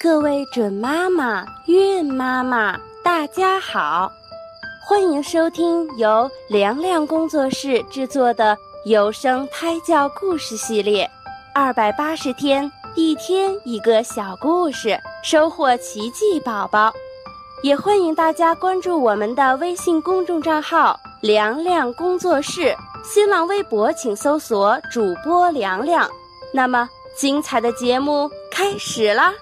各位准妈妈、孕妈妈，大家好，欢迎收听由凉凉工作室制作的有声胎教故事系列，280天，一天一个小故事，收获奇迹宝宝。也欢迎大家关注我们的微信公众账号凉凉工作室，新浪微博请搜索主播凉凉。那么精彩的节目开始啦！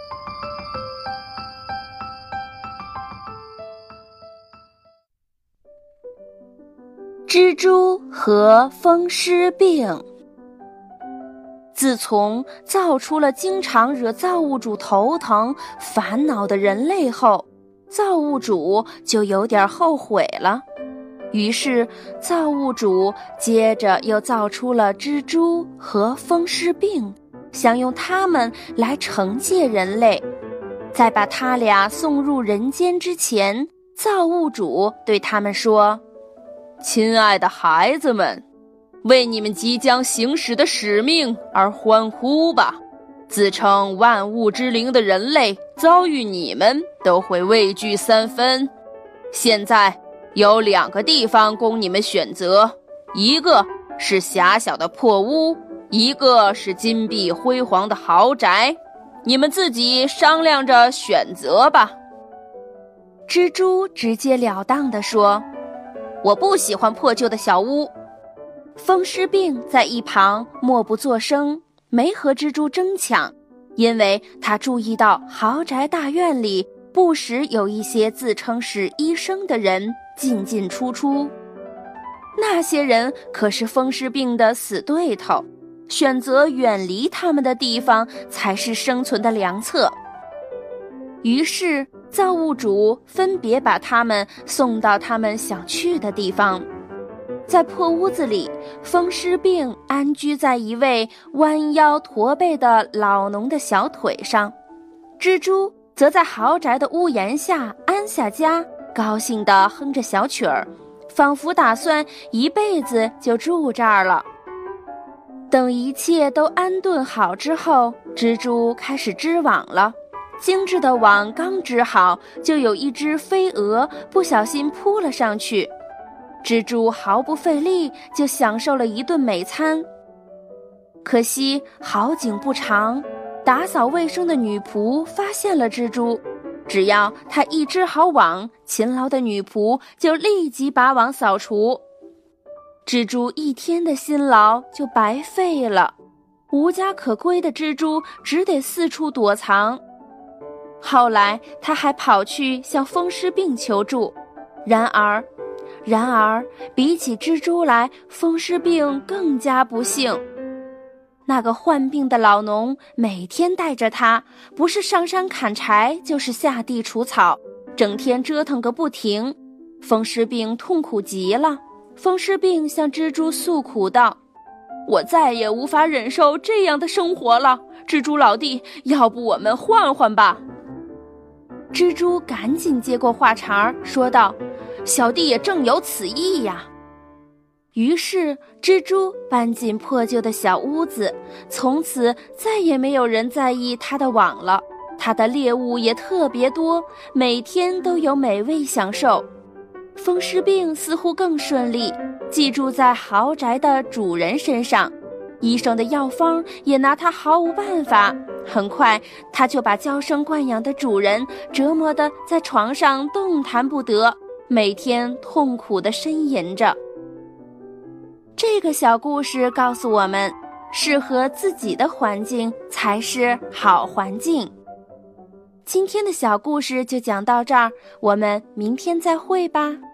蜘蛛和风湿病。自从造出了经常惹造物主头疼烦恼的人类后，造物主就有点后悔了。于是造物主接着又造出了蜘蛛和风湿病，想用它们来惩戒人类。在把他俩送入人间之前，造物主对他们说：亲爱的孩子们，为你们即将行使的使命而欢呼吧！自称万物之灵的人类遭遇你们都会畏惧3分。现在有2个地方供你们选择，一个是狭小的破屋，一个是金碧辉煌的豪宅，你们自己商量着选择吧。蜘蛛直截了当地说：我不喜欢破旧的小屋。风湿病在一旁默不作声，没和蜘蛛争抢，因为他注意到豪宅大院里不时有一些自称是医生的人进进出出。那些人可是风湿病的死对头，选择远离他们的地方才是生存的良策。于是造物主分别把他们送到他们想去的地方。在破屋子里，风湿病安居在一位弯腰驼背的老农的小腿上，蜘蛛则在豪宅的屋檐下安下家，高兴地哼着小曲儿，仿佛打算一辈子就住这儿了。等一切都安顿好之后，蜘蛛开始织网了。精致的网刚织好，就有一只飞蛾不小心扑了上去。蜘蛛毫不费力就享受了一顿美餐。可惜好景不长，打扫卫生的女仆发现了蜘蛛，只要她一织好网，勤劳的女仆就立即把网扫除。蜘蛛一天的辛劳就白费了，无家可归的蜘蛛只得四处躲藏。后来他还跑去向风湿病求助，然而比起蜘蛛来，风湿病更加不幸。那个患病的老农每天带着他，不是上山砍柴就是下地除草，整天折腾个不停。风湿病痛苦极了，风湿病向蜘蛛诉苦道：我再也无法忍受这样的生活了，蜘蛛老弟，要不我们换换吧。蜘蛛赶紧接过话茬说道：小弟也正有此意呀。于是蜘蛛搬进破旧的小屋子，从此再也没有人在意它的网了。它的猎物也特别多，每天都有美味享受。风湿病似乎更顺利，寄住在豪宅的主人身上，医生的药方也拿他毫无办法。很快他就把娇生惯养的主人折磨得在床上动弹不得，每天痛苦地呻吟着。这个小故事告诉我们，适合自己的环境才是好环境。今天的小故事就讲到这儿，我们明天再会吧。